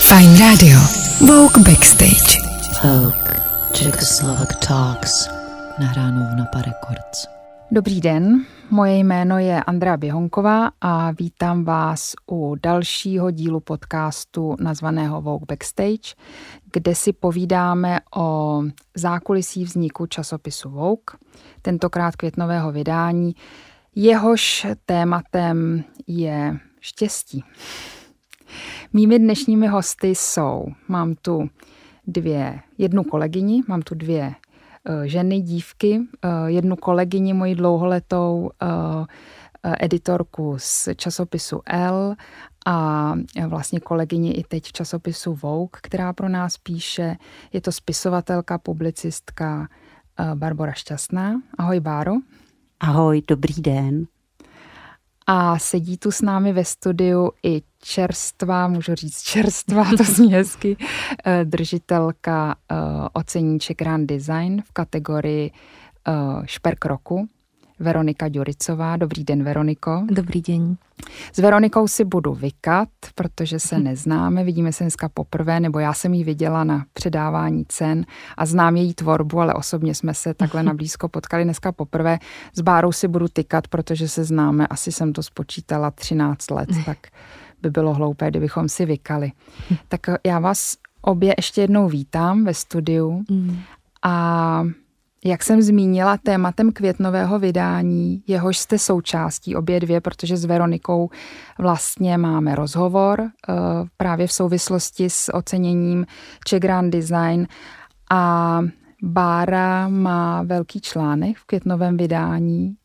Fajn Radio. Vogue Backstage. Vogue Czechoslovak Talks. Nahráno v Napa Records. Dobrý den, moje jméno je Andrea Běhonková a vítám vás u dalšího dílu podcastu nazvaného Vogue Backstage, kde si povídáme o zákulisí vzniku časopisu Vogue, tentokrát květnového vydání. Jehož tématem je štěstí. Mými dnešními hosty jsou, mám tu jednu kolegyni, mám tu dvě ženy, dívky, jednu kolegyni, moji dlouholetou editorku z časopisu Elle a vlastně kolegyni i teď v časopisu Vogue, která pro nás píše. Je to spisovatelka, publicistka Barbora Šťastná. Ahoj, Báro. Ahoj, dobrý den. A sedí tu s námi ve studiu i čerstvá, můžu říct čerstvá, to zní hezky, držitelka oceníček Grand Design v kategorii Šperk roku, Veronika Ďuricová. Dobrý den, Veroniko. Dobrý den. S Veronikou si budu vykat, protože se neznáme, vidíme se dneska poprvé, nebo já jsem ji viděla na předávání cen a znám její tvorbu, ale osobně jsme se takhle nablízko potkali dneska poprvé. S Bárou si budu tykat, protože se známe, asi jsem to spočítala 13 let, tak by bylo hloupé, kdybychom si vykali. Tak já vás obě ještě jednou vítám ve studiu a jak jsem zmínila, tématem květnového vydání, jehož jste součástí obě dvě, protože s Veronikou vlastně máme rozhovor právě v souvislosti s oceněním Czech Grand Design a Bára má velký článek v květnovém vydání,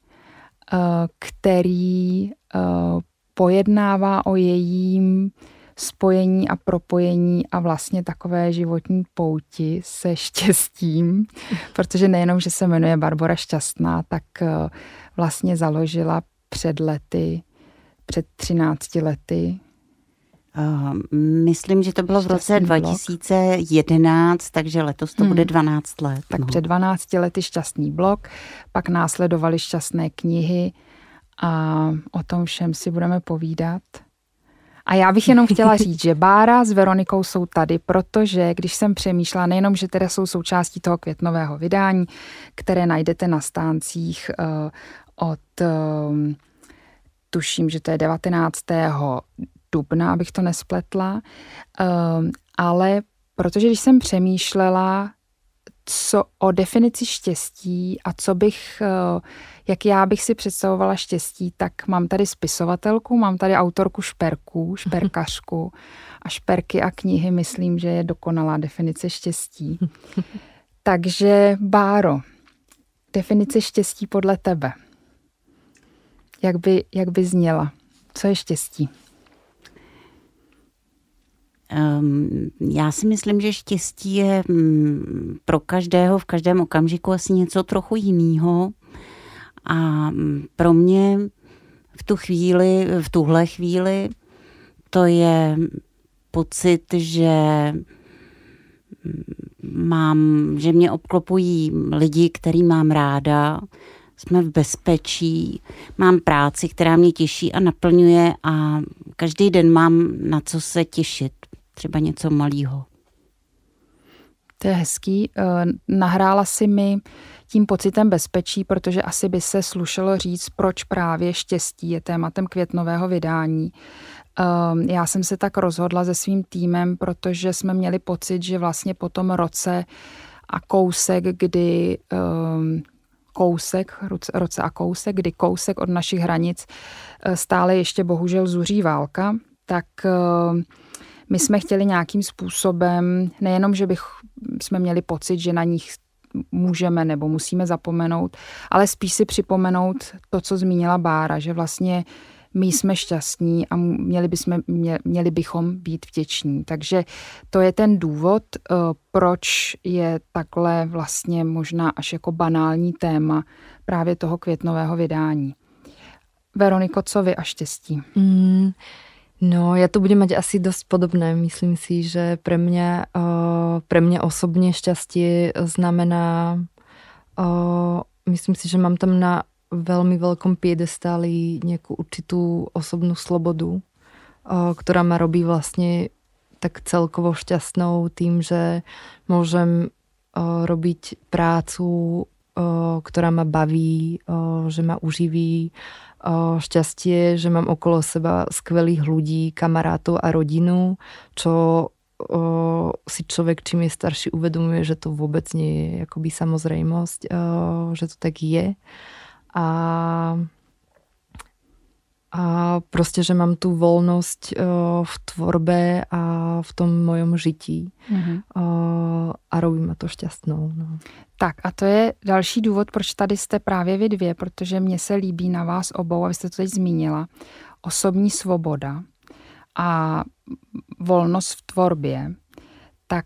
který pojednává o jejím spojení a propojení a vlastně takové životní pouti se štěstím, protože nejenom, že se jmenuje Barbora Šťastná, tak vlastně založila před 13 lety. Myslím, že to bylo v roce 2011, takže letos to bude 12 let. Tak před 12 lety Šťastný blog, pak následovaly Šťastné knihy a o tom všem si budeme povídat. A já bych jenom chtěla říct, že Bára s Veronikou jsou tady, protože když jsem přemýšlela, nejenom, že teda jsou součástí toho květnového vydání, které najdete na stáncích od, tuším, že to je 19. dubna, abych to nespletla, ale protože když jsem přemýšlela co o definici štěstí a jak já bych si představovala štěstí, tak mám tady spisovatelku, mám tady autorku šperků, šperkařku a šperky a knihy, myslím, že je dokonalá definice štěstí. Takže Báro, definice štěstí podle tebe. Jak by zněla? Co je štěstí? Já si myslím, že štěstí je pro každého v každém okamžiku asi něco trochu jiného. A pro mě v tuhle chvíli to je pocit, že mě obklopují lidi, který mám ráda, jsme v bezpečí, mám práci, která mě těší a naplňuje a každý den mám na co se těšit, třeba něco malého. To je hezký. Nahrála si mi tím pocitem bezpečí, protože asi by se slušelo říct, proč právě štěstí je tématem květnového vydání. Já jsem se tak rozhodla se svým týmem, protože jsme měli pocit, že vlastně po tom roce a kousek, kdy kdy kousek od našich hranic stále ještě bohužel zuří válka, tak my jsme chtěli nějakým způsobem, nejenom, že jsme měli pocit, že na nich můžeme nebo musíme zapomenout, ale spíš si připomenout to, co zmínila Bára, že vlastně my jsme šťastní a měli bychom být vděční. Takže to je ten důvod, proč je takhle vlastně možná až jako banální téma právě toho květnového vydání. Veroniko, co vy a štěstí? No, ja to budem mať asi dosť podobné. Myslím si, že pre mňa osobne šťastie znamená, myslím si, že mám tam na veľmi veľkom piedestáli nejakú určitú osobnú slobodu, ktorá ma robí vlastne tak celkovo šťastnou tým, že môžem robiť prácu, ktorá ma baví, že ma uživí, šťastie, že mám okolo seba skvelých ľudí, kamarátov a rodinu, čo si človek, čím je starší, uvedomuje, že to vôbec nie je akoby samozrejmosť, že to tak je. A proste, že mám tú voľnosť v tvorbe a v tom mojom žití. A robí ma to šťastnou. No. Tak a to je další důvod, proč tady jste právě vy dvě, protože mně se líbí na vás obou, a vy jste to teď zmínila, osobní svoboda a volnost v tvorbě. Tak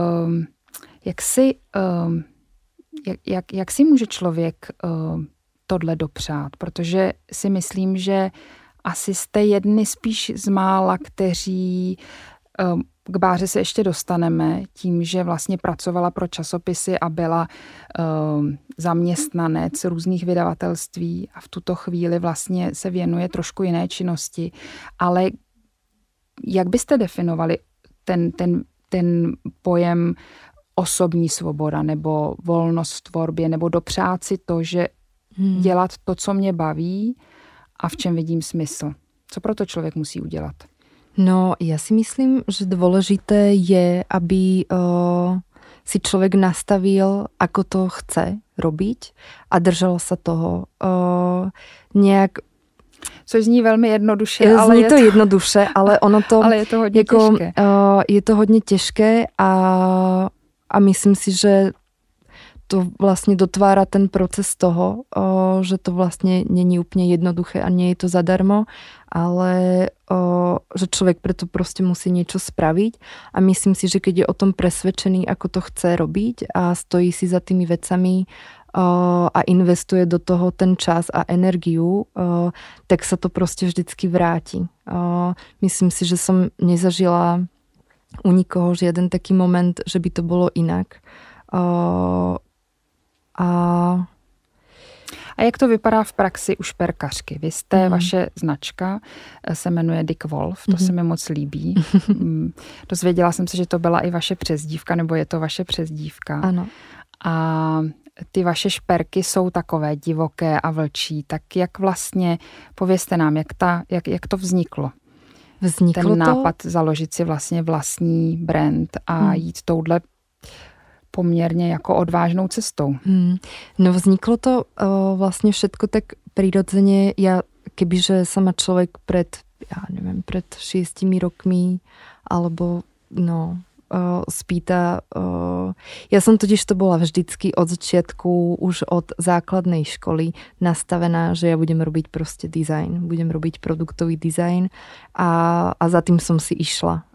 jak si může člověk tohle dopřát? Protože si myslím, že asi jste jedni spíš z mála, kteří, k Báře se ještě dostaneme, tím, že vlastně pracovala pro časopisy a byla zaměstnanec různých vydavatelství a v tuto chvíli vlastně se věnuje trošku jiné činnosti. Ale jak byste definovali ten pojem osobní svoboda nebo volnost v tvorbě nebo dopřát si to, že dělat to, co mě baví a v čem vidím smysl? Co proto člověk musí udělat? No, ja si myslím, že dôležité je, aby si človek nastavil, ako to chce robiť a držal sa toho nejak. Což zní velmi jednoduše. Zní to jednoduše, ale ono to, ale je to hodně těžké. Je to hodně těžké a myslím si, že to vlastne dotvára ten proces toho, že to vlastne není úplne jednoduché a nie je to zadarmo, ale že človek preto proste musí niečo spraviť a myslím si, že keď je o tom presvedčený, ako to chce robiť a stojí si za tými vecami a investuje do toho ten čas a energiu, tak sa to proste vždycky vráti. Myslím si, že som nezažila u nikoho žiaden taký moment, že by to bolo inak. A jak to vypadá v praxi u šperkařky? Vy jste, vaše značka se jmenuje Dick Wolf, to se mi moc líbí. Dozvěděla jsem se, že to byla i vaše přezdívka, nebo je to vaše přezdívka. Ano. A ty vaše šperky jsou takové divoké a vlčí. Tak jak vlastně, povězte nám, jak to vzniklo? Ten nápad založit si vlastně vlastní brand a jít touhle poměrně jako odvážnou cestou. No vzniklo to vlastne všetko tak prirodzene. Kebyže sa ma človek pred 6 rokmi alebo spýta. Ja som totiž to bola vždycky od začiatku, už od základnej školy nastavená, že ja budem robiť proste dizajn. Budem robiť produktový dizajn a za tým som si išla.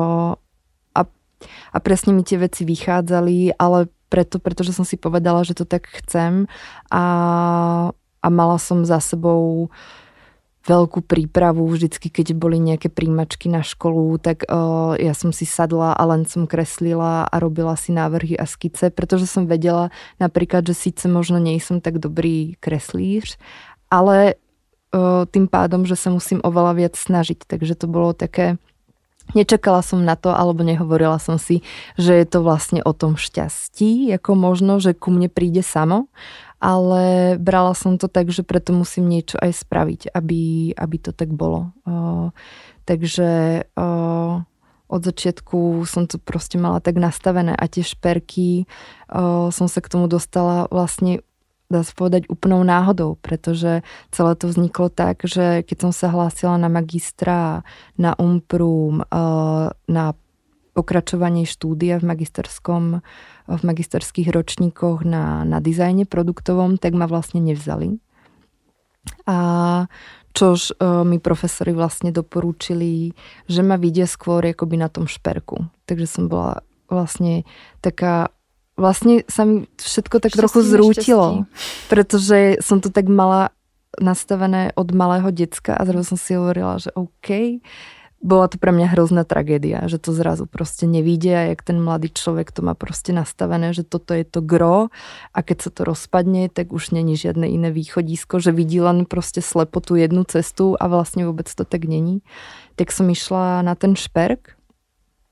A presne mi tie veci vychádzali, ale pretože som si povedala, že to tak chcem a mala som za sebou veľkú prípravu. Vždycky, keď boli nejaké príjmačky na školu, tak ja som si sadla a len som kreslila a robila si návrhy a skice, pretože som vedela napríklad, že síce možno nie som tak dobrý kreslíř, ale tým pádom, že sa musím oveľa viac snažiť. Takže to bolo také. Nečakala som na to, alebo nehovorila som si, že je to vlastne o tom šťastí, ako možno, že ku mne príde samo, ale brala som to tak, že preto musím niečo aj spraviť, aby to tak bolo. Takže od začiatku som to proste mala tak nastavené a tie šperky som sa k tomu dostala vlastne, dá sa povedať, úplnou náhodou, pretože celé to vzniklo tak, že keď som sa hlásila na magistra, na Umprum, na pokračovanie štúdia v magisterských ročníkoch na dizajne produktovom, tak ma vlastne nevzali. A čož mi profesori vlastne doporučili, že ma vidia skôr akoby na tom šperku. Takže som bola vlastne taká. Vlastne sa mi všetko tak trochu zrútilo, pretože som to tak mala nastavené od malého decka a zrazu som si hovorila, že OK. Bola to pre mňa hrozná tragédia, že to zrazu proste nevíde a jak ten mladý človek to má proste nastavené, že toto je to gro a keď sa to rozpadne, tak už není žiadne iné východisko, že vidí len proste slepo tú jednu cestu a vlastne vôbec to tak není. Tak som išla na ten šperk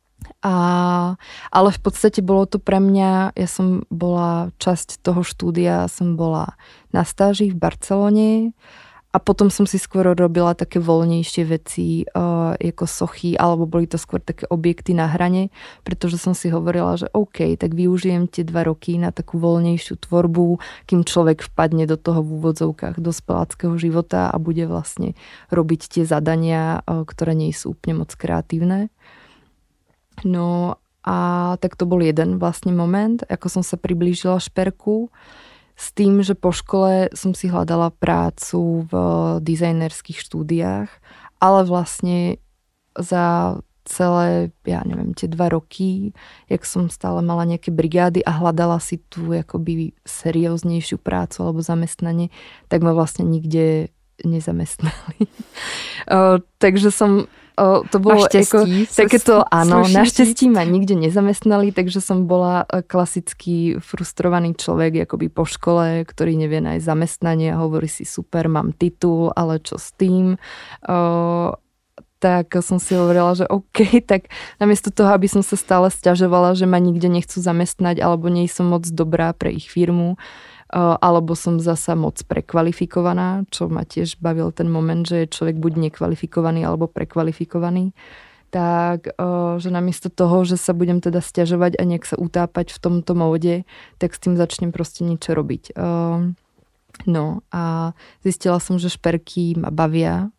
Ale v podstate bolo to pre mňa, ja som bola časť toho štúdia, som bola na stáži v Barcelone a potom som si skôr robila také voľnejšie veci, ako sochy, alebo boli to skôr také objekty na hrane, pretože som si hovorila, že OK, tak využijem tie 2 roky na takú voľnejšiu tvorbu, kým človek vpadne do toho v úvodzovkách dospeláckého života a bude vlastne robiť tie zadania, ktoré nie sú úplne moc kreatívne. No a tak to bol jeden vlastne moment, ako som sa priblížila šperku, s tým, že po škole som si hľadala prácu v dizajnerských štúdiách, ale vlastne za celé, ja neviem, tie 2 roky, jak som stále mala nejaké brigády a hľadala si tú akoby serióznejšiu prácu alebo zamestnanie, tak ma vlastne nikde nezamestnali. Takže som to bolo naštěstí, ako, takéto, áno, naštěstí ma nikde nezamestnali, takže som bola klasický frustrovaný človek akoby po škole, ktorý nevie nájsť zamestnanie a hovorí si super, mám titul, ale čo s tým? Tak som si hovorila, že OK, tak namiesto toho, aby som sa stále sťažovala, že ma nikde nechcú zamestnať alebo nie som moc dobrá pre ich firmu, alebo som zasa moc prekvalifikovaná, čo ma tiež bavil ten moment, že je človek buď nekvalifikovaný alebo prekvalifikovaný, tak že namiesto toho, že sa budem teda sťažovať a nejak sa utápať v tomto móde, tak s tým začnem proste niečo robiť. No a zistila som, že šperky ma bavia,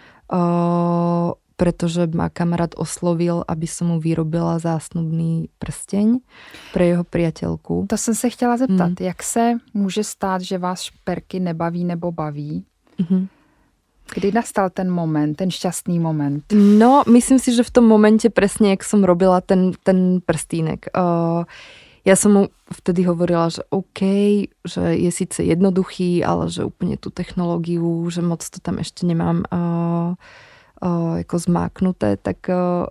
pretože ma kamarát oslovil, aby som mu vyrobila zásnubný prsteň pre jeho priateľku. To jsem se chtěla zeptat, jak se může stát, že vás šperky nebaví nebo baví? Kdy nastal ten moment, ten šťastný moment? No, myslím si, že v tom momente presne, jak som robila ten prstínek. Ja som mu vtedy hovorila, že OK, že je síce jednoduchý, ale že úplne tú technológiu, že moc to tam ešte nemám jako zmáknuté, tak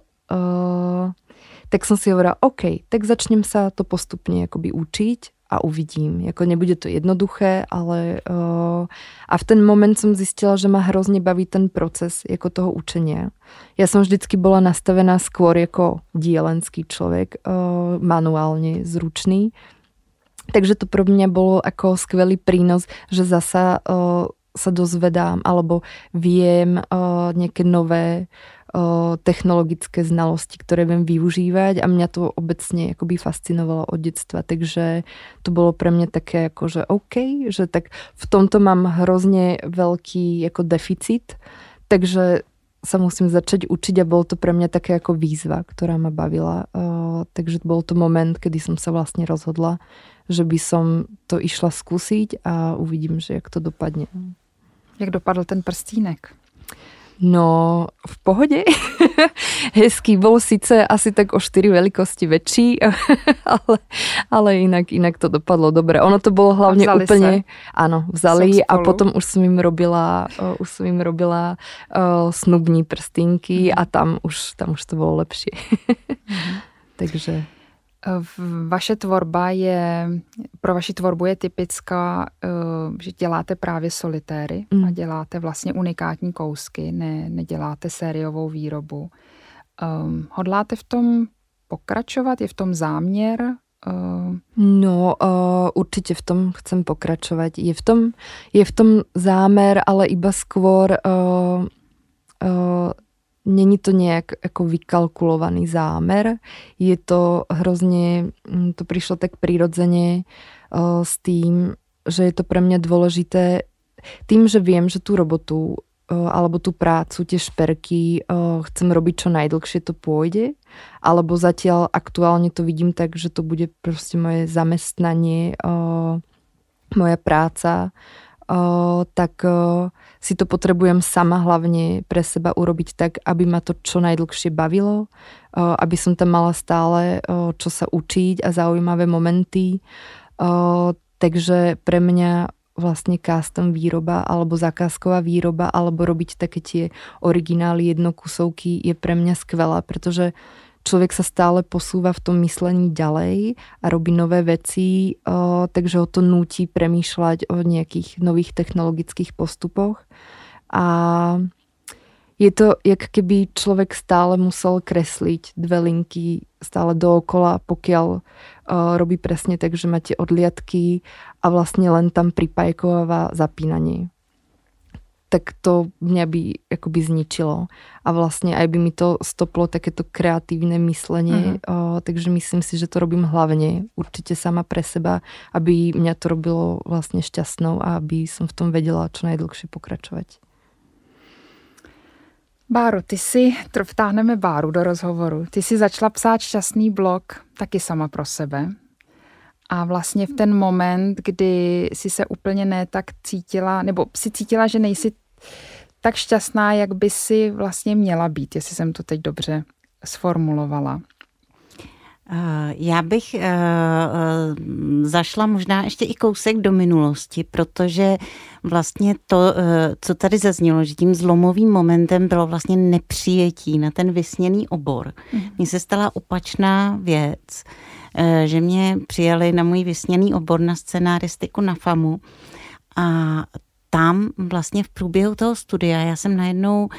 som si hovorila, OK, tak začnem sa to postupne akoby učiť a uvidím. Jako nebude to jednoduché, ale a v ten moment som zistila, že ma hrozne baví ten proces jako toho učenia. Ja som vždycky bola nastavená skôr jako dielenský človek, manuálne zručný. Takže to pro mňa bolo ako skvelý prínos, že zasa sa dozvedám alebo viem nejaké nové technologické znalosti, ktoré viem využívať a mňa to obecne akoby fascinovalo od detstva, takže to bolo pre mňa také ako, že OK, že tak v tomto mám hrozne veľký ako deficit, takže sa musím začať učiť a bolo to pre mňa také ako výzva, ktorá ma bavila, takže bol to moment, kedy som sa vlastne rozhodla, že by som to išla skúsiť a uvidím, že jak to dopadne. Jak dopadl ten prstínek? No, v pohode. Hezký, bol síce asi tak o 4 veľkosti väčší, ale inak to dopadlo dobre. Ono to bolo hlavne úplne... Áno, vzali a potom už som im robila snubní prstínky a tam už to bolo lepšie. Takže... Pro vaši tvorbu je typická, že děláte právě solitéry a děláte vlastně unikátní kousky, neděláte sériovou výrobu. Hodláte v tom pokračovat? Je v tom záměr? No, určite v tom chcem pokračovať. Je v tom zámer, ale iba skôr není to nejak ako vykalkulovaný zámer. Je to hrozne, to prišlo tak prirodzene s tým, že je to pre mňa dôležité. Tým, že viem, že tú robotu alebo tú prácu, tie šperky chcem robiť čo najdlhšie to pôjde, alebo zatiaľ aktuálne to vidím tak, že to bude proste moje zamestnanie, moja práca, tak si to potrebujem sama hlavne pre seba urobiť tak, aby ma to čo najdlhšie bavilo, aby som tam mala stále čo sa učiť a zaujímavé momenty. Takže pre mňa vlastne custom výroba alebo zakázková výroba alebo robiť také tie originály jednokusovky je pre mňa skvelá, pretože človek sa stále posúva v tom myslení ďalej a robí nové veci, takže ho to núti premýšľať o nejakých nových technologických postupoch. A je to, jak keby človek stále musel kresliť dve linky stále dookola, pokiaľ robí presne tak, že máte odliadky a vlastne len tam pripajkováva zapínanie. Tak to mňa by akoby zničilo. A vlastne aj by mi to stoplo takéto kreatívne myslenie. Takže myslím si, že to robím hlavne určite sama pre seba, aby mňa to robilo vlastne šťastnou a aby som v tom vedela čo najdlhšie pokračovať. Báro, vtáhneme Báru do rozhovoru. Ty si začala psát šťastný blog taky sama pro sebe. A vlastně v ten moment, kdy si se úplně ne tak cítila, nebo si cítila, že nejsi tak šťastná, jak by si vlastně měla být, jestli jsem to teď dobře sformulovala. Já bych zašla možná ještě i kousek do minulosti, protože vlastně to, co tady zaznělo, že tím zlomovým momentem bylo vlastně nepřijetí na ten vysněný obor. Mně se stala opačná věc, že mě přijali na můj vysněný obor na scenaristiku na FAMu a tam vlastně v průběhu toho studia já jsem najednou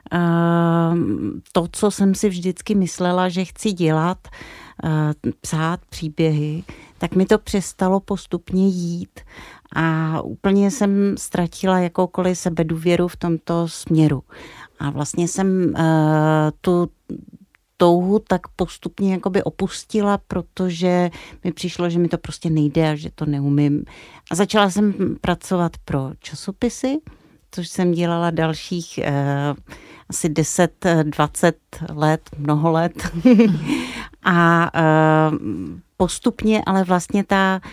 to, co jsem si vždycky myslela, že chci dělat, psát příběhy, tak mi to přestalo postupně jít a úplně jsem ztratila jakoukoliv sebedůvěru v tomto směru. A vlastně jsem tu touhu tak postupně jakoby opustila, protože mi přišlo, že mi to prostě nejde a že to neumím. A začala jsem pracovat pro časopisy, což jsem dělala dalších asi 10-20 let, mnoho let. A postupně, ale vlastně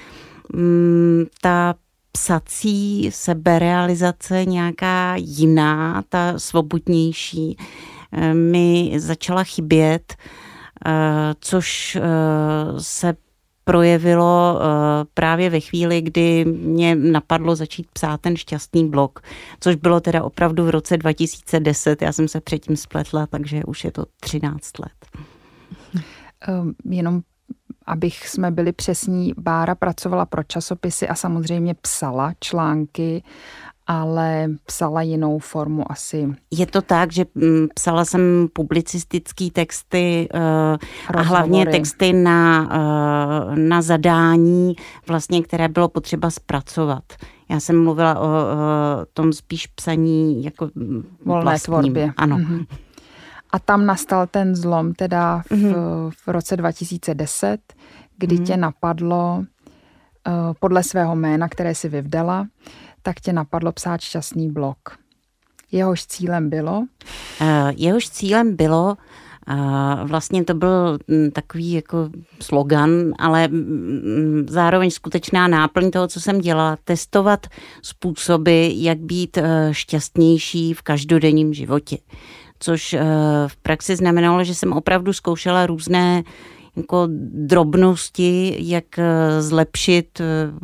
ta psací seberealizace nějaká jiná, ta svobodnější, mi začala chybět, což se projevilo právě ve chvíli, kdy mě napadlo začít psát ten šťastný blog, což bylo teda opravdu v roce 2010. Já jsem se předtím spletla, takže už je to 13 let. Jenom abych jsme byli přesní, Bára pracovala pro časopisy a samozřejmě psala články, ale psala jinou formu asi. Je to tak, že psala jsem publicistické texty a hlavně texty na zadání, vlastně, které bylo potřeba zpracovat. Já jsem mluvila o tom spíš psaní jako volné vlastním. Tvorbě. Ano. Mm-hmm. A tam nastal ten zlom teda v roce 2010, kdy tě napadlo podle svého jména, které si vyvdala, tak tě napadlo psát šťastný blog. Jehož cílem bylo? Jehož cílem bylo, vlastně to byl takový jako slogan, ale zároveň skutečná náplň toho, co jsem dělala, testovat způsoby, jak být šťastnější v každodenním životě. Což v praxi znamenalo, že jsem opravdu zkoušela různé jako drobnosti, jak zlepšit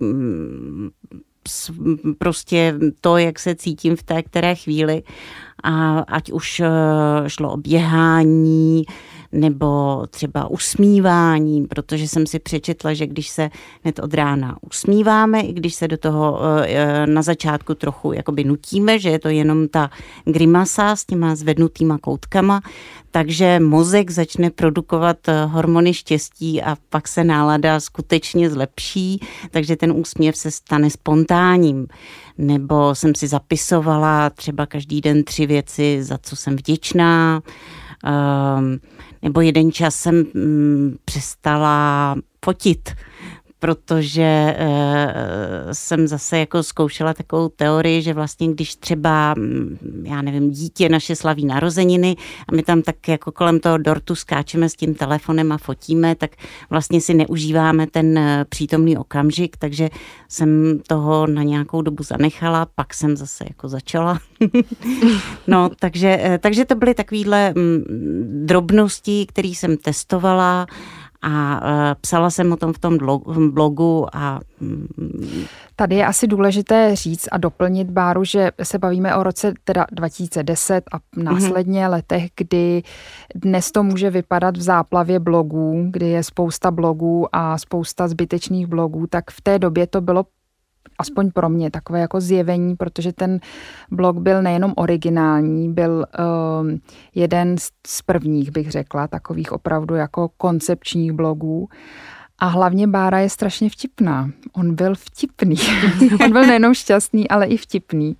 prostě to, jak se cítím v té které chvíli. A ať už šlo o běhání nebo třeba usmívání, protože jsem si přečetla, že když se hned od rána usmíváme, i když se do toho na začátku trochu jakoby nutíme, že je to jenom ta grimasa s těma zvednutýma koutkama, takže mozek začne produkovat hormony štěstí a pak se nálada skutečně zlepší, takže ten úsměv se stane spontánním. Nebo jsem si zapisovala třeba každý den 3 věci, za co jsem vděčná. Nebo jeden čas jsem přestala fotit, protože jsem zase jako zkoušela takovou teorii, že vlastně když třeba, já nevím, dítě naše slaví narozeniny a my tam tak jako kolem toho dortu skáčeme s tím telefonem a fotíme, tak vlastně si neužíváme ten přítomný okamžik, takže jsem toho na nějakou dobu zanechala, pak jsem zase jako začala. No, takže to byly takovýhle drobnosti, které jsem testovala, a psala jsem o tom v tom blogu. A tady je asi důležité říct a doplnit, Báru, že se bavíme o roce teda 2010 a následně letech, kdy dnes to může vypadat v záplavě blogů, kdy je spousta blogů a spousta zbytečných blogů, tak v té době to bylo aspoň pro mě takové jako zjevení, protože ten blog byl nejenom originální, byl jeden z prvních, bych řekla, takových opravdu jako koncepčních blogů. A hlavně Bára je strašně vtipná. On byl vtipný. On byl nejenom šťastný, ale i vtipný.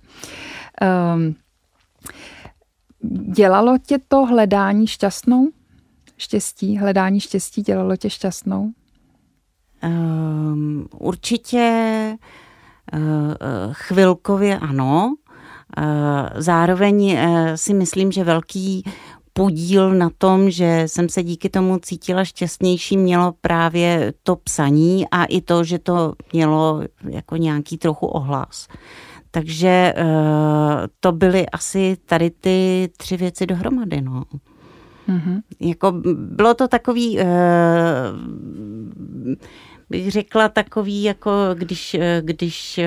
Dělalo tě to hledání šťastnou? Hledání štěstí dělalo tě šťastnou? Určitě chvilkově ano. Zároveň si myslím, že velký podíl na tom, že jsem se díky tomu cítila šťastnější, mělo právě to psaní a i to, že to mělo jako nějaký trochu ohlas. Takže to byly asi tady ty 3 věci dohromady, no. Mm-hmm. Jako bylo to takový, bych řekla takový, jako když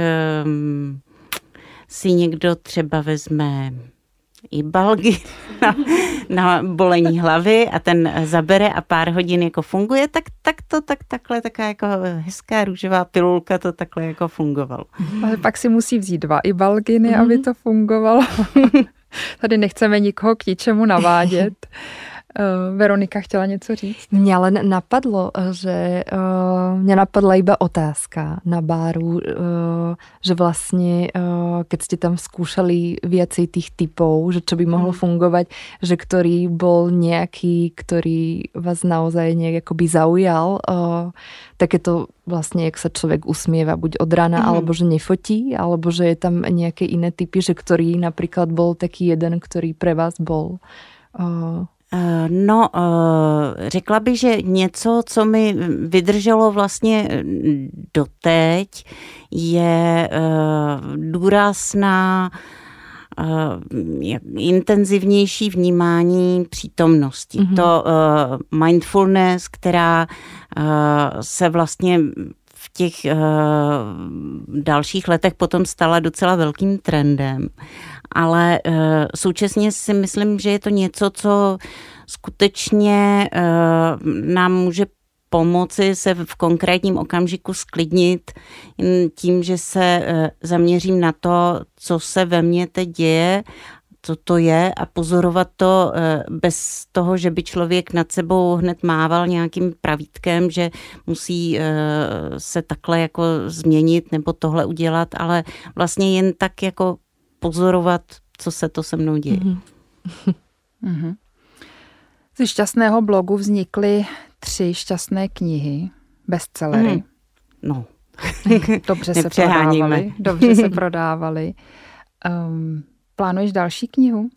si někdo třeba vezme Ibalgin na bolení hlavy a ten zabere a pár hodin jako funguje, takhle taková jako hezká růžová pilulka to takhle jako fungovalo. Ale pak si musí vzít 2 Ibalginy, aby to fungovalo. Tady nechceme nikoho k ničemu navádět. Veronika chtěla něco říct? Mňa len napadlo, že mňa napadla iba otázka na Báru, že vlastne, keď ste tam skúšali viacej tých typov, že čo by mohlo fungovať, že ktorý bol nejaký, ktorý vás naozaj nejak akoby zaujal, takéto vlastne, jak sa človek usmieva buď od rána, alebo že nefotí, alebo že je tam nejaké iné typy, že ktorý napríklad bol taký jeden, ktorý pre vás bol... Řekla bych, že něco, co mi vydrželo vlastně doteď, je důraz na intenzivnější vnímání přítomnosti. Mm-hmm. To mindfulness, která se vlastně v těch dalších letech potom stala docela velkým trendem. Ale současně si myslím, že je to něco, co skutečně nám může pomoci se v konkrétním okamžiku sklidnit tím, že se zaměřím na to, co se ve mně teď děje, co to je a pozorovat to bez toho, že by člověk nad sebou hned mával nějakým pravítkem, že musí se takhle jako změnit nebo tohle udělat, ale vlastně jen tak jako pozorovat, co se to se mnou děje. Mm-hmm. Ze šťastného blogu vznikly 3 šťastné knihy, bestsellery. No. Dobře se prodávaly. Plánuješ další knihu?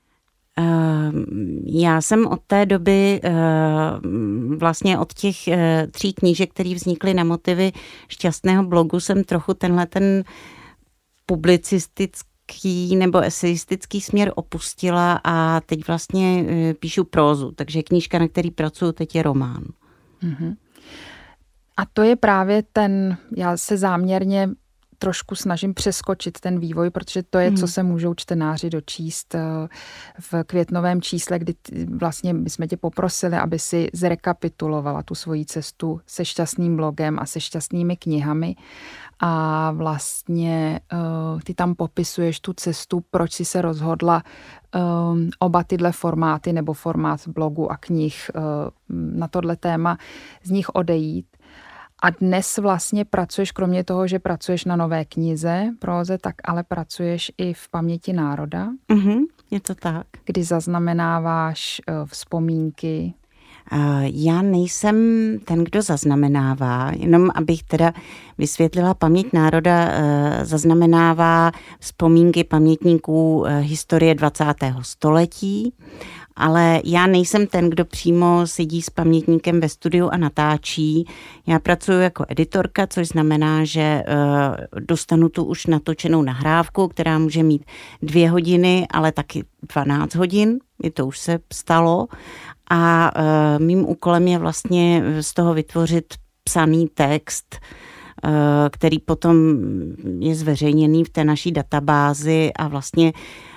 Já jsem od té doby vlastně od těch 3 knížek, které vznikly na motivy šťastného blogu, jsem trochu tenhle ten publicistický nebo esejistický směr opustila a teď vlastně píšu prózu. Takže knížka, na který pracuju, teď je román. Mm-hmm. A to je právě já se záměrně trošku snažím přeskočit ten vývoj, protože to je, co se můžou čtenáři dočíst v květnovém čísle, kdy vlastně bychom tě poprosili, aby si zrekapitulovala tu svoji cestu se šťastným blogem a se šťastnými knihami. A vlastně ty tam popisuješ tu cestu, proč jsi se rozhodla oba tyhle formáty nebo formát blogu a knih na tohle téma z nich odejít. A dnes vlastně pracuješ, kromě toho, že pracuješ na nové knize, próze, tak ale pracuješ i v Paměti národa. Je to tak. Kdy zaznamenáváš vzpomínky. Já nejsem ten, kdo zaznamenává, jenom abych teda vysvětlila, Paměť národa zaznamenává vzpomínky pamětníků historie 20. století, ale já nejsem ten, kdo přímo sedí s pamětníkem ve studiu a natáčí. Já pracuji jako editorka, což znamená, že dostanu tu už natočenou nahrávku, která může mít 2 hodiny, ale taky 12 hodin, i to už se stalo. A mým úkolem je vlastně z toho vytvořit psaný text, který potom je zveřejněný v té naší databázi a vlastně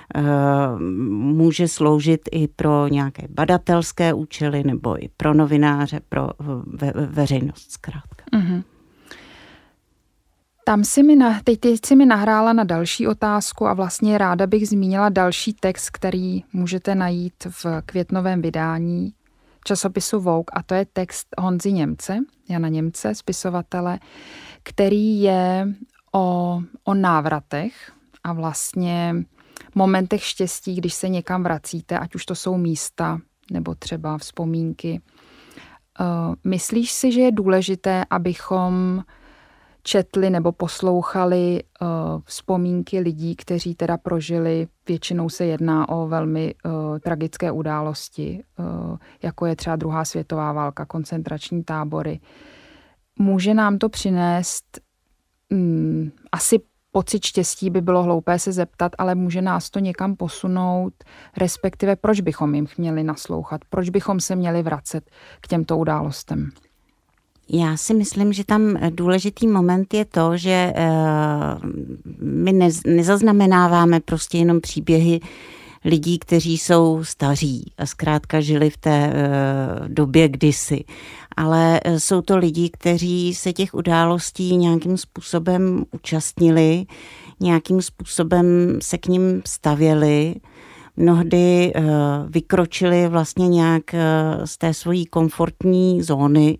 může sloužit i pro nějaké badatelské účely nebo i pro novináře, pro veřejnost zkrátka. Mm-hmm. Teď si mi nahrála na další otázku a vlastně ráda bych zmínila další text, který můžete najít v květnovém vydání časopisu Vogue, a to je text Honzy Němce, Jana Němce, spisovatele, který je o návratech a vlastně momentech štěstí, když se někam vracíte, ať už to jsou místa nebo třeba vzpomínky. Myslíš si, že je důležité, abychom četli nebo poslouchali vzpomínky lidí, kteří teda prožili, většinou se jedná o velmi tragické události, jako je třeba druhá světová válka, koncentrační tábory. Může nám to přinést asi pocit štěstí, by bylo hloupé se zeptat, ale může nás to někam posunout, respektive proč bychom jim měli naslouchat, proč bychom se měli vracet k těmto událostem? Já si myslím, že tam důležitý moment je to, že my nezaznamenáváme prostě jenom příběhy lidí, kteří jsou staří a zkrátka žili v té době kdysi. Ale jsou to lidi, kteří se těch událostí nějakým způsobem účastnili, nějakým způsobem se k nim stavěli, mnohdy vykročili vlastně nějak z té svojí komfortní zóny,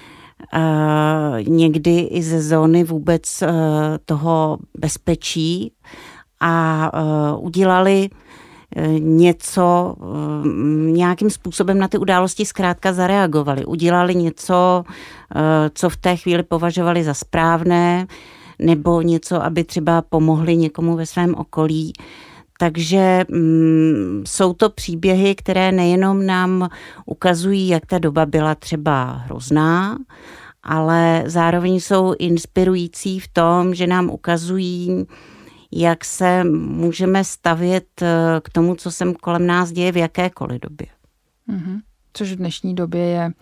někdy i ze zóny vůbec toho bezpečí a udělali něco, nějakým způsobem na ty události zkrátka zareagovali. Udělali něco, co v té chvíli považovali za správné, nebo něco, aby třeba pomohli někomu ve svém okolí. Takže jsou to příběhy, které nejenom nám ukazují, jak ta doba byla třeba hrozná, ale zároveň jsou inspirující v tom, že nám ukazují, jak se můžeme stavět k tomu, co se kolem nás děje v jakékoliv době. Což v dnešní době je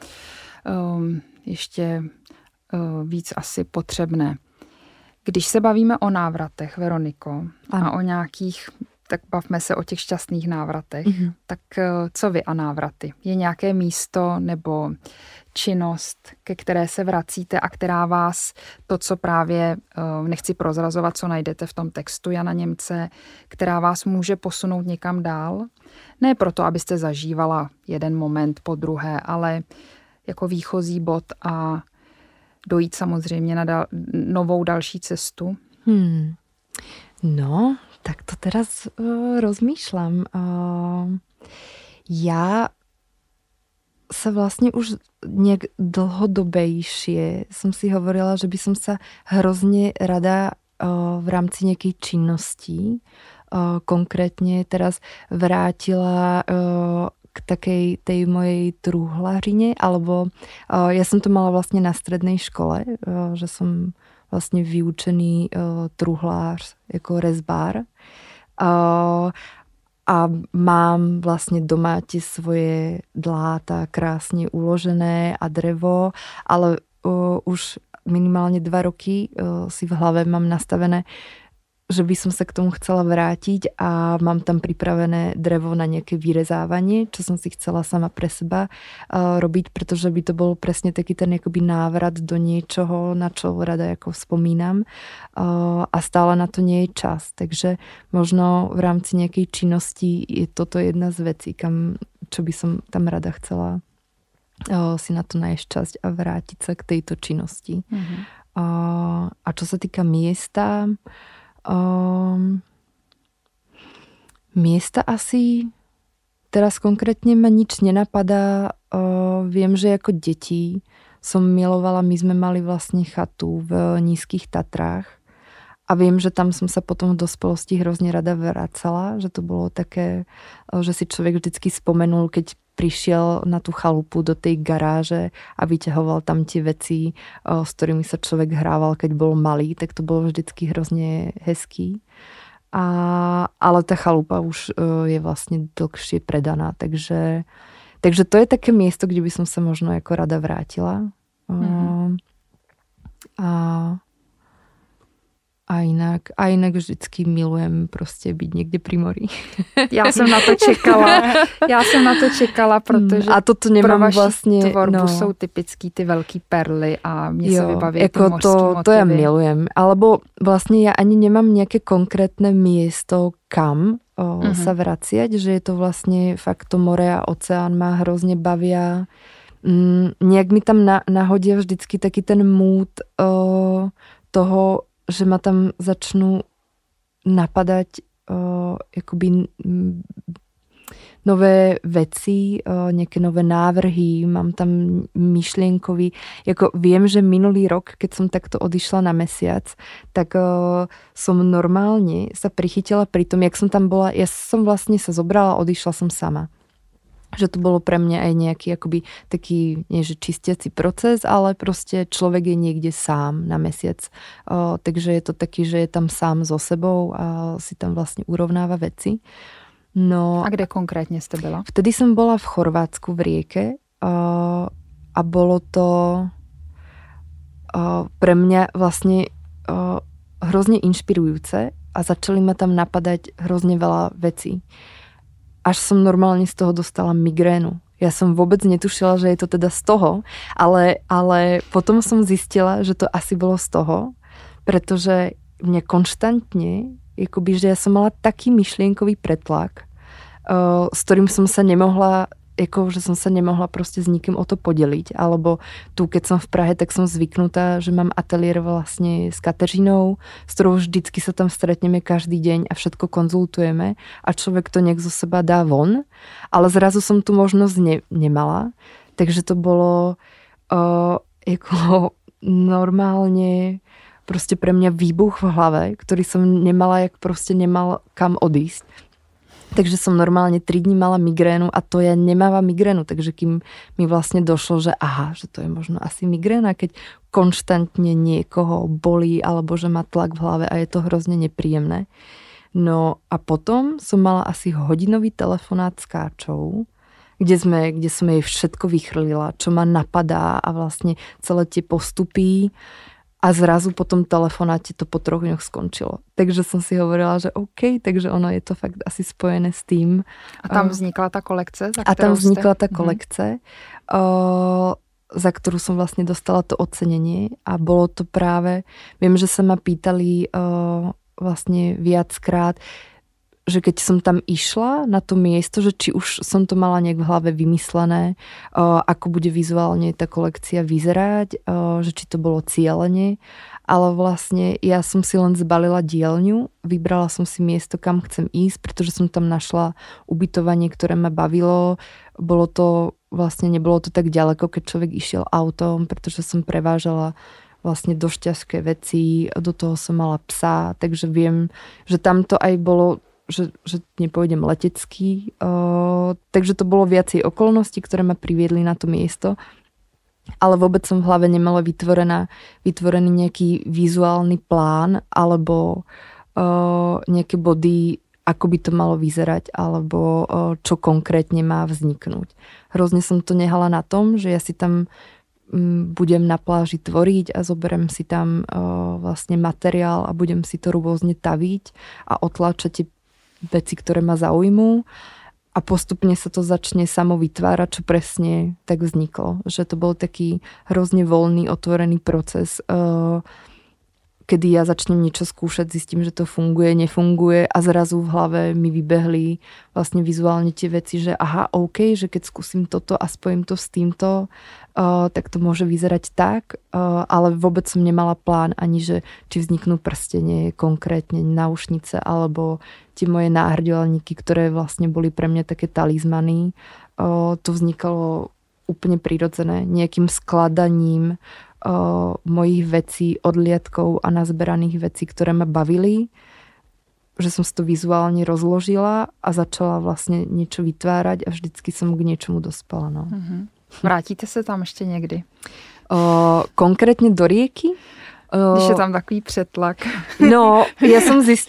ještě víc asi potřebné. Když se bavíme o návratech, Veroniko, a o nějakých, tak bavme se o těch šťastných návratech, tak co vy a návraty? Je nějaké místo nebo činnost, ke které se vracíte a která vás, to, co právě, nechci prozrazovat, co najdete v tom textu Jana Němce, která vás může posunout někam dál? Ne proto, abyste zažívala jeden moment po druhé, ale jako výchozí bod a dojít samozřejmě na novou další cestu? No, tak to teraz rozmýšľam. Ja sa vlastne už nejak dlhodobejšie som si hovorila, že by som sa hrozne rada v rámci nejakej činnosti konkrétne teraz vrátila k takej tej mojej truhlařine, alebo ja som to mala vlastne na strednej škole, že som vlastne vyučený truhlář, jako rezbár. A mám vlastne doma tie svoje dláta krásne uložené a drevo, ale už minimálne 2 roky si v hlave mám nastavené, že by som sa k tomu chcela vrátiť a mám tam pripravené drevo na nejaké vyrezávanie, čo som si chcela sama pre seba robiť, pretože by to bol presne taký ten akoby návrat do niečoho, na čo rada ako spomínam a stále na to nie je čas. Takže možno v rámci nejakej činnosti je toto jedna z vecí, čo by som tam rada chcela si na to nájsť časť a vrátiť sa k tejto činnosti. A čo sa týka miesta, miesta asi teraz konkrétne ma nič nenapadá. Viem, že ako deti som milovala, my sme mali vlastne chatu v Nízkych Tatrách a viem, že tam som sa potom v dospelosti hrozne rada vracala, že to bolo také, že si človek vždycky spomenul, keď prišiel na tú chalupu do tej garáže a vyťahoval tam tie veci, s ktorými sa človek hrával, keď bol malý, tak to bolo vždycky hrozne hezký. Ale tá chalupa už je vlastne dlhšie predaná, takže to je také miesto, kde by som sa možno ako rada vrátila. A jinak vždycky milujem prostě být někde pri mori. Já jsem na to čekala, protože a to nemám pro vaši vlastně, tvorbu jsou typický ty velký perly a mě se vybaví jako ty morský motivy. To ja milujem. Alebo vlastně ja ani nemám nějaké konkrétne miesto, kam sa vraciať, že je to vlastně fakt to more a oceán má hrozně bavia. Nejak mi tam nahodia vždycky taký ten mood toho, že ma tam začnú napadať jakoby nové veci, nejaké nové návrhy, mám tam myšlienkový, jako viem, že minulý rok, keď som takto odišla na mesiac, tak som normálne sa prichytila pri tom, jak som tam bola, ja som vlastne sa zobrala, odišla som sama. Že to bolo pre mňa aj nejaký akoby taký, nie že čistiaci proces, ale proste človek je niekde sám na mesiac. Takže je to taký, že je tam sám so sebou a si tam vlastne urovnáva veci. No, a kde konkrétně jste byla? Vtedy som bola v Chorvátsku v rieke a bolo to pre mňa vlastne hrozne inšpirujúce a začali ma tam napadať hrozne veľa vecí. Až som normálne z toho dostala migrénu. Ja som vôbec netušila, že je to teda z toho, ale potom som zistila, že to asi bolo z toho, pretože mňa konštantne, jakoby, že ja som mala taký myšlienkový pretlak, s ktorým som sa nemohla, jako, že som sa nemohla proste s nikým o to podeliť, alebo tu, keď som v Prahe, tak som zvyknutá, že mám ateliér vlastne s Kateřinou, s ktorou vždycky sa tam stretneme každý deň a všetko konzultujeme a človek to nejak zo seba dá von, ale zrazu som tu možnosť nemala, takže to bolo jako normálne proste pre mňa výbuch v hlave, ktorý som nemala, jak proste nemal kam odísť. Takže som normálne 3 dní mala migrénu a to ja nemávam migrénu, takže kým mi vlastne došlo, že aha, že to je možno asi migréna, keď konštantne niekoho bolí alebo že má tlak v hlave a je to hrozne nepríjemné. No a potom som mala asi hodinový telefonát s Káčou, kde som jej všetko vychrlila, čo ma napadá a vlastne celé tie postupy. A zrazu po tom telefonáte to po 3 dňoch skončilo. Takže som si hovorila, že OK, takže ono je to fakt asi spojené s tým. A tam vznikla ta kolekce? A tam vznikla tá kolekce, za ktorú som vlastne dostala to ocenenie a bolo to práve, viem, že sa ma pýtali vlastne viackrát, že keď som tam išla na to miesto, že či už som to mala nejak v hlave vymyslené, ako bude vizuálne tá kolekcia vyzerať, že či to bolo cieľene, ale vlastne ja som si len zbalila dielňu, vybrala som si miesto, kam chcem ísť, pretože som tam našla ubytovanie, ktoré ma bavilo. Nebolo to tak ďaleko, keď človek išiel autom, pretože som prevážala vlastne dosť ťažké veci, do toho som mala psa, takže viem, že tam to aj bolo, že nepôjdem letecký. Takže to bolo viacej okolností, ktoré ma priviedli na to miesto. Ale vôbec som v hlave nemala vytvorený nejaký vizuálny plán alebo nejaké body, ako by to malo vyzerať alebo čo konkrétne má vzniknúť. Hrozne som to nehala na tom, že ja si tam budem na pláži tvoriť a zoberiem si tam vlastne materiál a budem si to rôzne taviť a otláčať veci, ktoré ma zaujmú a postupne sa to začne samo vytvárať, čo presne tak vzniklo. Že to bol taký hrozne voľný, otvorený proces, kedy ja začnem niečo skúšať, zistím, že to funguje, nefunguje a zrazu v hlave mi vybehli vlastne vizuálne tie veci, že aha, OK, že keď skúsim toto a spojím to s týmto, tak to môže vyzerať tak, ale vôbec som nemala plán ani, že či vzniknú prstenie, konkrétne náušnice alebo tie moje náhrdelníky, ktoré vlastne boli pre mňa také talizmany. To vznikalo úplne prirodzené, nejakým skladaním mojich vecí, odliadkov a nazberaných vecí, ktoré ma bavili, že som si to vizuálne rozložila a začala vlastne niečo vytvárať a vždycky som k niečomu dospala. No. Vrátíte se tam ještě někdy? Konkrétně do rieky? Když je tam takový přetlak. No, ja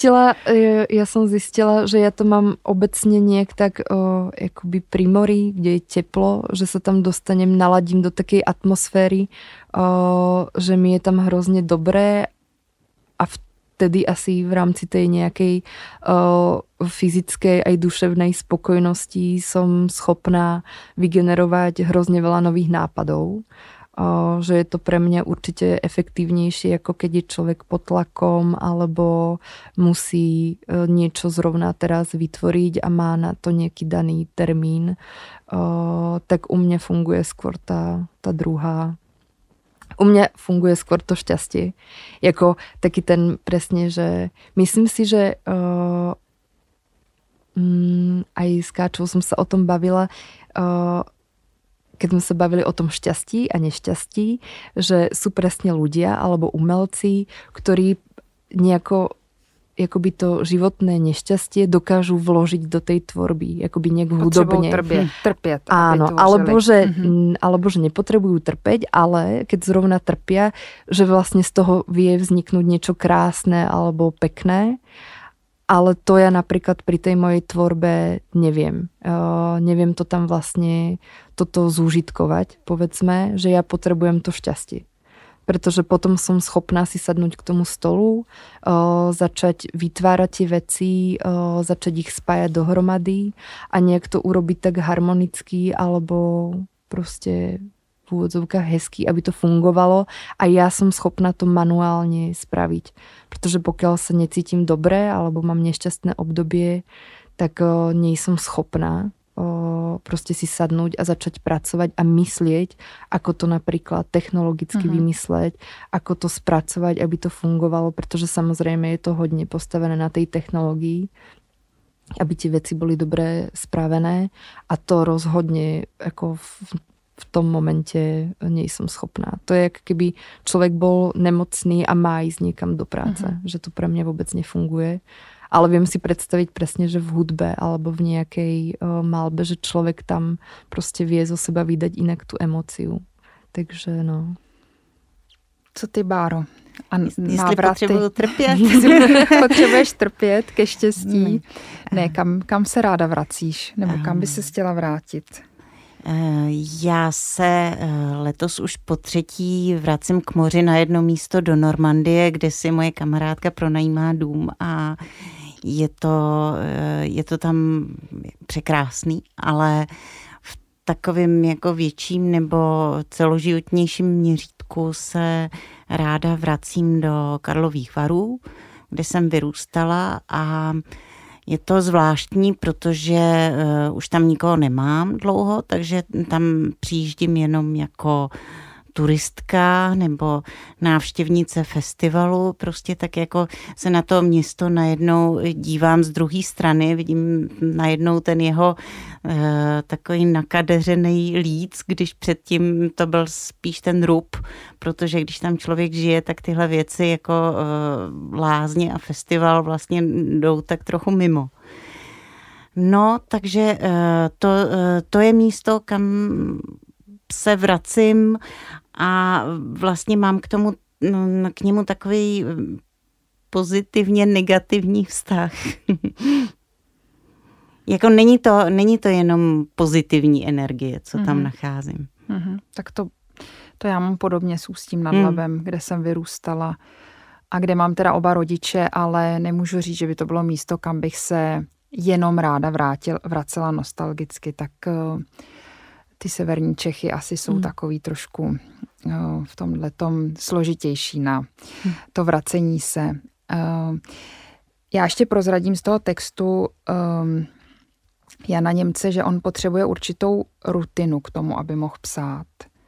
som zistila, že ja to mám obecne nejak tak jakoby pri mori, kde je teplo, že sa tam dostanem, naladím do takej atmosféry, že mi je tam hrozne dobré a v vtedy asi v rámci tej nejakej fyzickej aj duševnej spokojnosti som schopná vygenerovať hrozne veľa nových nápadov. Že je to pre mňa určite efektívnejšie, ako keď je človek pod tlakom alebo musí niečo zrovna teraz vytvoriť a má na to nejaký daný termín. Tak u mňa funguje skôr tá druhá. U mňa funguje skôr to šťastie. Jako taký ten presne, že myslím si, že aj s Káčou som sa o tom bavila, keď sme sa bavili o tom šťastí a nešťastí, že sú presne ľudia alebo umelci, ktorí nejako jakoby to životné nešťastie dokážu vložiť do tej tvorby, jakoby nejak hudobne. Trpieť. Áno, alebo že nepotrebujú trpeť, ale keď zrovna trpia, že vlastne z toho vie vzniknúť niečo krásne alebo pekné. Ale to ja napríklad pri tej mojej tvorbe neviem. Neviem to tam vlastne toto zúžitkovať, povedzme, že ja potrebujem to šťastie. Pretože potom som schopná si sadnúť k tomu stolu, začať vytvárať tie veci, začať ich spájať dohromady a nejak to urobiť tak harmonicky alebo proste v úvodzovkách hezky, aby to fungovalo a ja som schopná to manuálne spraviť. Pretože pokiaľ sa necítim dobre alebo mám nešťastné obdobie, tak nie som schopná proste si sadnúť a začať pracovať a myslieť, ako to napríklad technologicky vymysleť, ako to spracovať, aby to fungovalo, pretože samozrejme je to hodne postavené na tej technológii, aby tie veci boli dobre spravené a to rozhodne ako v tom momente nie som schopná. To je, ako keby človek bol nemocný a má ísť niekam do práce. Že to pre mňa vôbec nefunguje. Ale viem si predstaviť presne, že v hudbe alebo v nejakej malbe, že človek tam proste vie zo seba vydať inak tú emóciu. Takže no. Co ty, Báro? A jestli potřebuju trpět. Potřebuješ trpět ke štěstí. Ne, kam se ráda vracíš? Nebo kam by se chtěla vrátit? Já se letos už po třetí vracím k moři na jedno místo do Normandie, kde si moje kamarádka pronajímá dům a je to tam překrásný, ale v takovém jako větším nebo celoživotnějším měřítku se ráda vracím do Karlových Varů, kde jsem vyrůstala a je to zvláštní, protože už tam nikoho nemám dlouho, takže tam přijíždím jenom jako turistka nebo návštěvnice festivalu. Prostě tak jako se na to město najednou dívám z druhé strany, vidím najednou ten jeho takový nakadeřený líc, když předtím to byl spíš ten rub, protože když tam člověk žije, tak tyhle věci jako lázně a festival vlastně jdou tak trochu mimo. No, takže to je místo, kam se vracím a vlastně mám k němu takový pozitivně negativní vztah. Jako není to jenom pozitivní energie, co tam nacházím. Tak to já mám podobně s Ústím nad Labem, kde jsem vyrůstala a kde mám teda oba rodiče, ale nemůžu říct, že by to bylo místo, kam bych se jenom ráda vracela nostalgicky, tak ty severní Čechy asi jsou takový trošku v tomhletom složitější na to vracení se. Já ještě prozradím z toho textu Jana Němce, že on potřebuje určitou rutinu k tomu, aby mohl psát.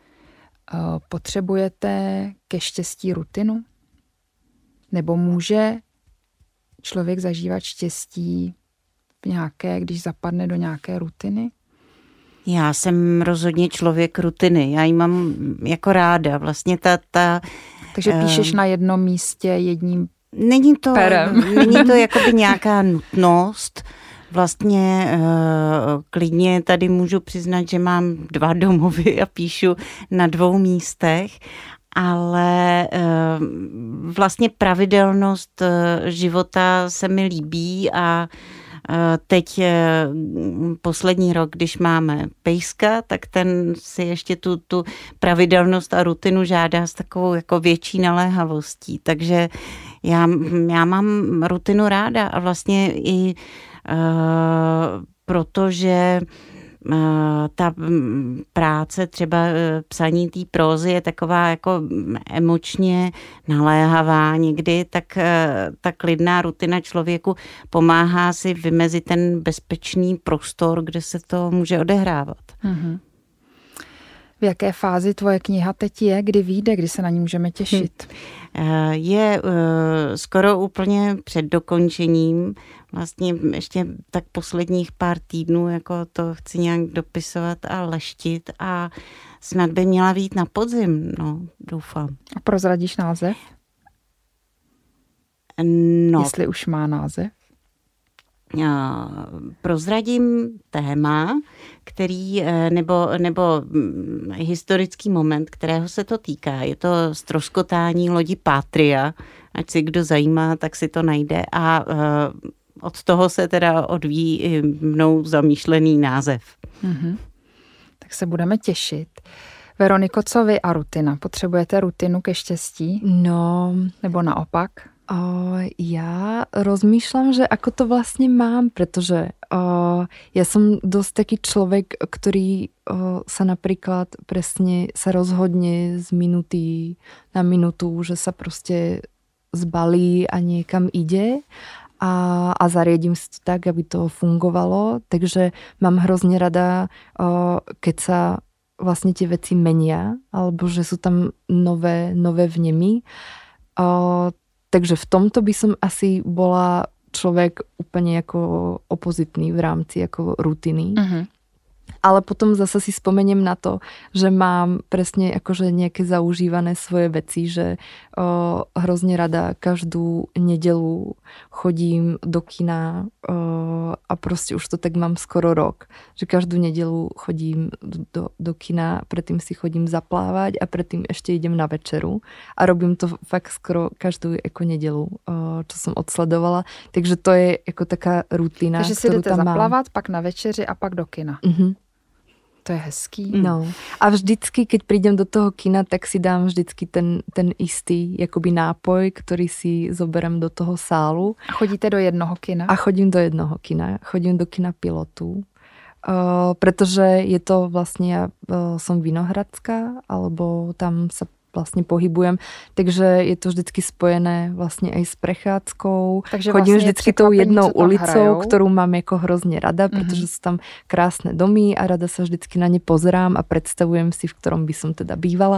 Potřebujete ke štěstí rutinu? Nebo může člověk zažívat štěstí když zapadne do nějaké rutiny? Já jsem rozhodně člověk rutiny. Já ji mám jako ráda. Vlastně Takže píšeš na jednom místě jedním perem. Není to jakoby nějaká nutnost. Vlastně klidně tady můžu přiznat, že mám 2 domovy a píšu na 2 místech, ale vlastně pravidelnost života se mi líbí a teď poslední rok, když máme pejska, tak ten si ještě tu pravidelnost a rutinu žádá s takovou jako větší naléhavostí. Takže Já mám rutinu ráda a vlastně i protože ta práce, třeba psaní té prózy je taková jako emočně naléhavá někdy, tak ta klidná rutina člověku pomáhá si vymezit ten bezpečný prostor, kde se to může odehrávat. Mm-hmm. V jaké fázi tvoje kniha teď je, kdy vyjde, kdy se na ní můžeme těšit? Je skoro úplně před dokončením. Vlastně ještě tak posledních pár týdnů jako to chci nějak dopisovat a leštit a snad by měla vyjít na podzim, no, doufám. A prozradíš název? No. Jestli už má název? Prozradím téma, který, nebo historický moment, kterého se to týká. Je to ztroskotání lodi Patria. Ať si kdo zajímá, tak si to najde a od toho se teda odvíjí i mnou zamýšlený název. Mm-hmm. Tak se budeme těšit. Veroniko, co vy a rutina? Potřebujete rutinu ke štěstí? No. Nebo naopak? Ja rozmýšľam, že ako to vlastne mám, pretože ja som dosť taký človek, ktorý sa napríklad presne sa rozhodne z minuty na minutu, že sa proste zbalí a niekam ide a zariadím si to tak, aby to fungovalo. Takže mám hrozne rada, keď sa vlastne tie veci menia, alebo že sú tam nové vnemy. Takže v tomto by som asi bola človek úplne ako opozitný v rámci ako rutiny. Uh-huh. Ale potom zase si spomeniem na to, že mám presne akože nejaké zaužívané svoje veci, že hrozne rada každú nedeľu chodím do kina a proste už to tak mám skoro rok, že každú nedeľu chodím do kina, predtým si chodím zaplávať a predtým ešte idem na večeru a robím to fakt skoro každú ako nedeľu, čo som odsledovala. Takže to je ako taká rutina, takže si jdete zaplavat, pak na večeři a pak do kina. Uh-huh. To je hezký. No. A vždycky, keď prídem do toho kina, tak si dám vždycky ten istý jakoby nápoj, ktorý si zoberem do toho sálu. A chodíte do jednoho kina? A chodím do jednoho kina. Chodím do kina Pilotu. Pretože je to vlastne, ja som Vinohradská, alebo tam sa vlastne pohybujem, takže je to vždycky spojené vlastne aj s prechádzkou. Takže chodím vlastne vždycky tou jednou ulicou, ktorú mám ako hrozne rada, pretože sú tam krásne domy a rada sa vždycky na ne pozerám a predstavujem si, v ktorom by som teda bývala.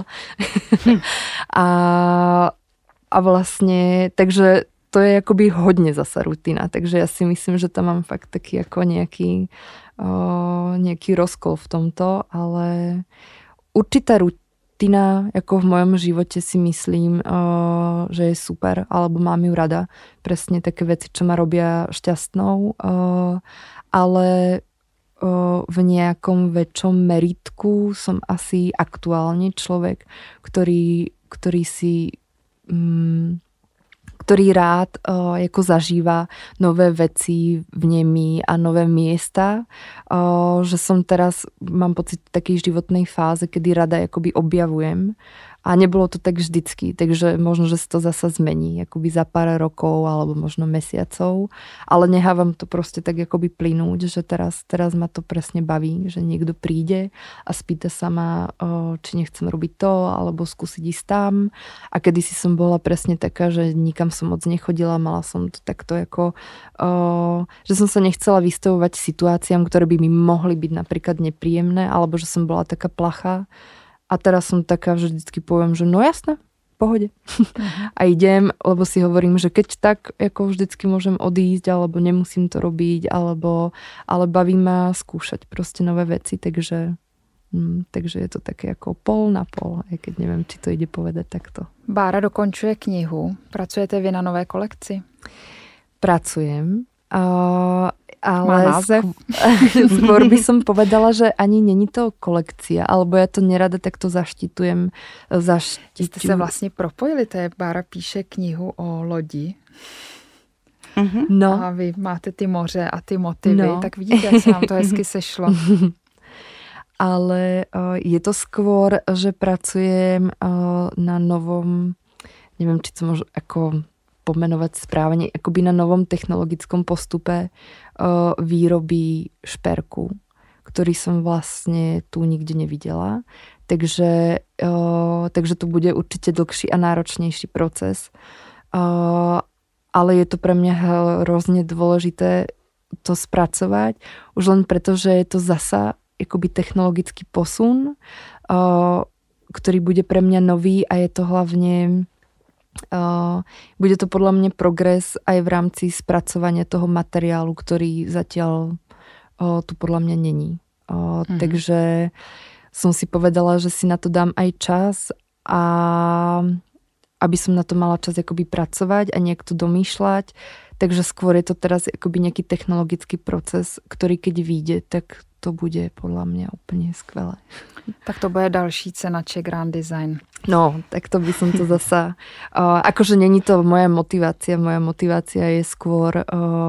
a vlastne, takže to je akoby hodne zasa rutina, takže ja si myslím, že tam mám fakt taký ako nejaký rozkol v tomto, ale určitá rutina ako v mojom živote si myslím, že je super, alebo mám ju rada. Presne také veci, čo ma robia šťastnou, ale v nejakom väčšom meritku som asi aktuálne človek, ktorý rád jako zažíva nové veci v nemi a nové miesta. Že som teraz, mám pocit takej životnej fáze, kedy rada jakoby objavujem. A nebolo to tak vždycky, takže možno, že sa to zasa zmení, akoby za pár rokov alebo možno mesiacov, ale nehávam to proste tak akoby plynúť, že teraz ma to presne baví, že niekto príde a spýta sa ma, či nechcem robiť to, alebo skúsiť ísť tam. A kedysi som bola presne taká, že nikam som moc nechodila, mala som to takto ako, že som sa nechcela vystavovať situáciám, ktoré by mi mohli byť napríklad nepríjemné, alebo že som bola taká plachá. A teraz som taká, že vždycky poviem, že no jasné, v pohode. A idem, lebo si hovorím, že keď tak, ako vždycky môžem odísť, alebo nemusím to robiť, ale baví ma skúšať proste nové veci, takže je to také ako pol na pol, aj keď neviem, či to ide povedať takto. Bára dokončuje knihu. Pracujete vy na nové kolekci? Pracujem. Ale má název? Skôr by som povedala, že ani není to kolekcia, alebo ja to nerada takto zaštiťujem. Jste se vlastně propojili, to je Bára píše knihu o lodi. No. A vy máte ty moře a ty motivy, tak vidíte, jak se nám to hezky sešlo. Ale je to skôr, že pracujem na novom, neviem, či to môžu ako pomenovať správne, akoby na novom technologickom postupe výroby šperku, ktorý som vlastne tu nikde nevidela. Takže to bude určite dlhší a náročnejší proces. Ale je to pre mňa hrozne dôležité to spracovať, už len preto, že je to zasa akoby technologický posun, ktorý bude pre mňa nový a je to hlavne bude to podľa mňa progres aj v rámci spracovania toho materiálu, ktorý zatiaľ tu podľa mňa není. Takže som si povedala, že si na to dám aj čas a aby som na to mala čas akoby pracovať a nejak to domýšľať. Takže skôr je to teraz akoby nejaký technologický proces, ktorý keď vyjde, tak to bude podľa mňa úplne skvelé. Tak to bude další cena Czech Grand Design. No, tak to by som to zasa... akože není to moja motivácia. Moja motivácia je skôr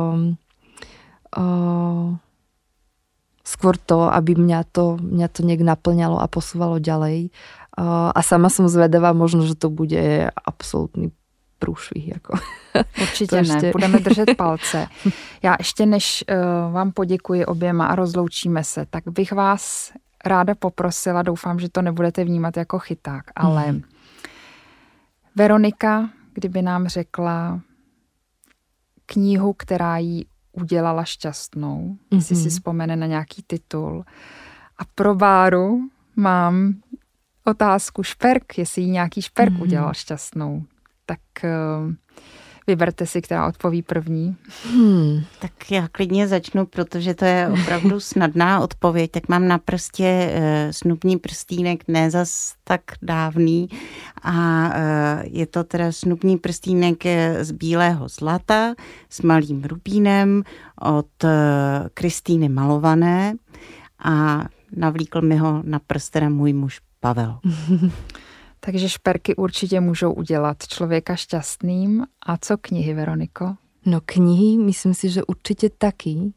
to, aby mňa to nejak naplňalo a posúvalo ďalej. A sama som zvedavá, možno, že to bude absolútny průšvih. Jako. Určitě ne, budeme držet palce. Já ještě než vám poděkuji oběma a rozloučíme se, tak bych vás ráda poprosila, doufám, že to nebudete vnímat jako chyták, ale Veronika, kdyby nám řekla knihu, která jí udělala šťastnou, jestli si vzpomene na nějaký titul. A pro Báru mám otázku šperk, jestli jí nějaký šperk udělal šťastnou. Tak vyberte si, která odpoví první. Tak já klidně začnu, protože to je opravdu snadná odpověď. Tak mám na prstě snubní prstýnek, ne zas tak dávný. A je to teda snubní prstýnek z bílého zlata s malým rubínem od Kristýny Malované a navlíkl mi ho na prst teda můj muž Pavel. Takže šperky určitě můžou udělat člověka šťastným. A co knihy, Veroniko? No knihy, myslím si, že určitě taky.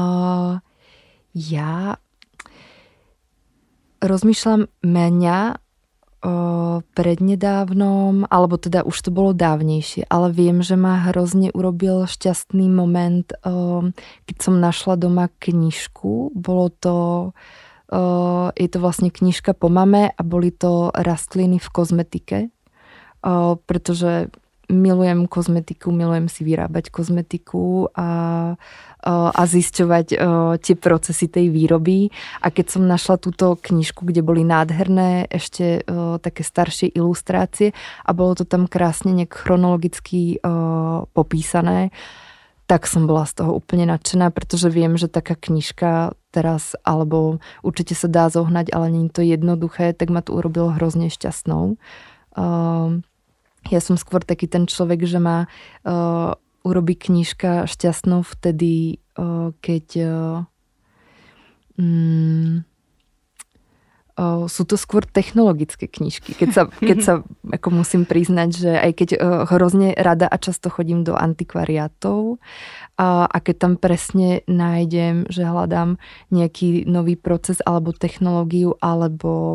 Ja rozmýšľam mňa prednedávnom, alebo teda už to bolo dávnejšie, ale viem, že ma hrozne urobil šťastný moment, keď som našla doma knižku. Bolo to je to vlastne knižka po mame a boli to rastliny v kozmetike, pretože milujem kozmetiku, milujem si vyrábať kozmetiku a zisťovať tie procesy tej výroby. A keď som našla túto knižku, kde boli nádherné ešte také staršie ilustrácie a bolo to tam krásne nejak chronologicky popísané, tak som bola z toho úplne nadšená, pretože viem, že taká knižka teraz, alebo určite sa dá zohnať, ale nie je to jednoduché, tak ma to urobilo hrozne šťastnou. Ja som skôr taký ten človek, že ma urobí knižka šťastnou vtedy, keď sú to skôr technologické knižky. Keď sa ako musím priznať, že aj keď hrozne rada a často chodím do antikvariátov a keď tam presne nájdem, že hľadám nejaký nový proces alebo technológiu alebo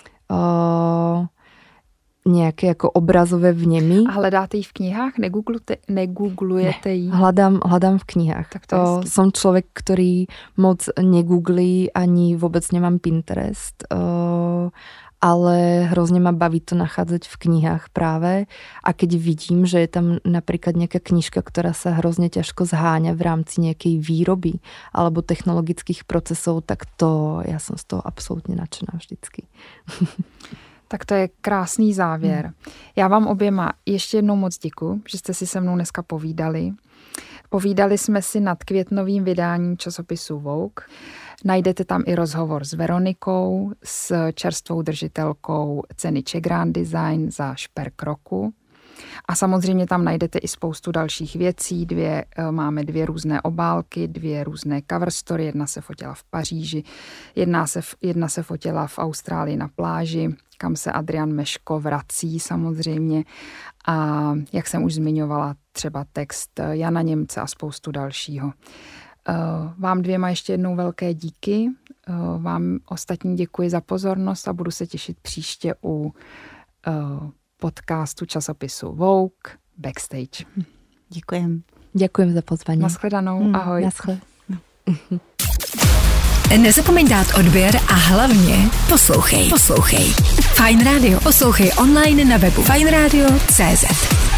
nejaké ako obrazové vnemy. A hledáte ji v knihách? Negooglujete ji? Hľadám v knihách. Tak to je som človek, ktorý moc negooglí, ani vôbec nemám Pinterest, ale hrozne ma baví to nachádzať v knihách práve. A keď vidím, že je tam napríklad nejaká knižka, ktorá sa hrozne ťažko zháňa v rámci nejakej výroby alebo technologických procesov, tak to ja som z toho absolútne nadšená vždycky. Tak to je krásný závěr. Já vám oběma ještě jednou moc děkuju, že jste si se mnou dneska povídali. Povídali jsme si nad květnovým vydáním časopisu Vogue. Najdete tam i rozhovor s Veronikou, s čerstvou držitelkou ceny Czech Grand Design za šperk roku. A samozřejmě tam najdete i spoustu dalších věcí. Máme 2 různé obálky, 2 různé cover story. Jedna se fotila v Paříži, jedna se fotila v Austrálii na pláži, kam se Adrian Meško vrací samozřejmě. A jak jsem už zmiňovala, třeba text Jana Němce a spoustu dalšího. Vám 2 ještě jednou velké díky. Vám ostatní děkuji za pozornost a budu se těšit příště u podcastu časopisu Vogue Backstage. Děkujem za pozvání. Nashledanou, ahoj. Naschle. Nezapomeň dát odběr a hlavně poslouchej. Fajn Radio. Poslouchej online na webu fajnradio.cz.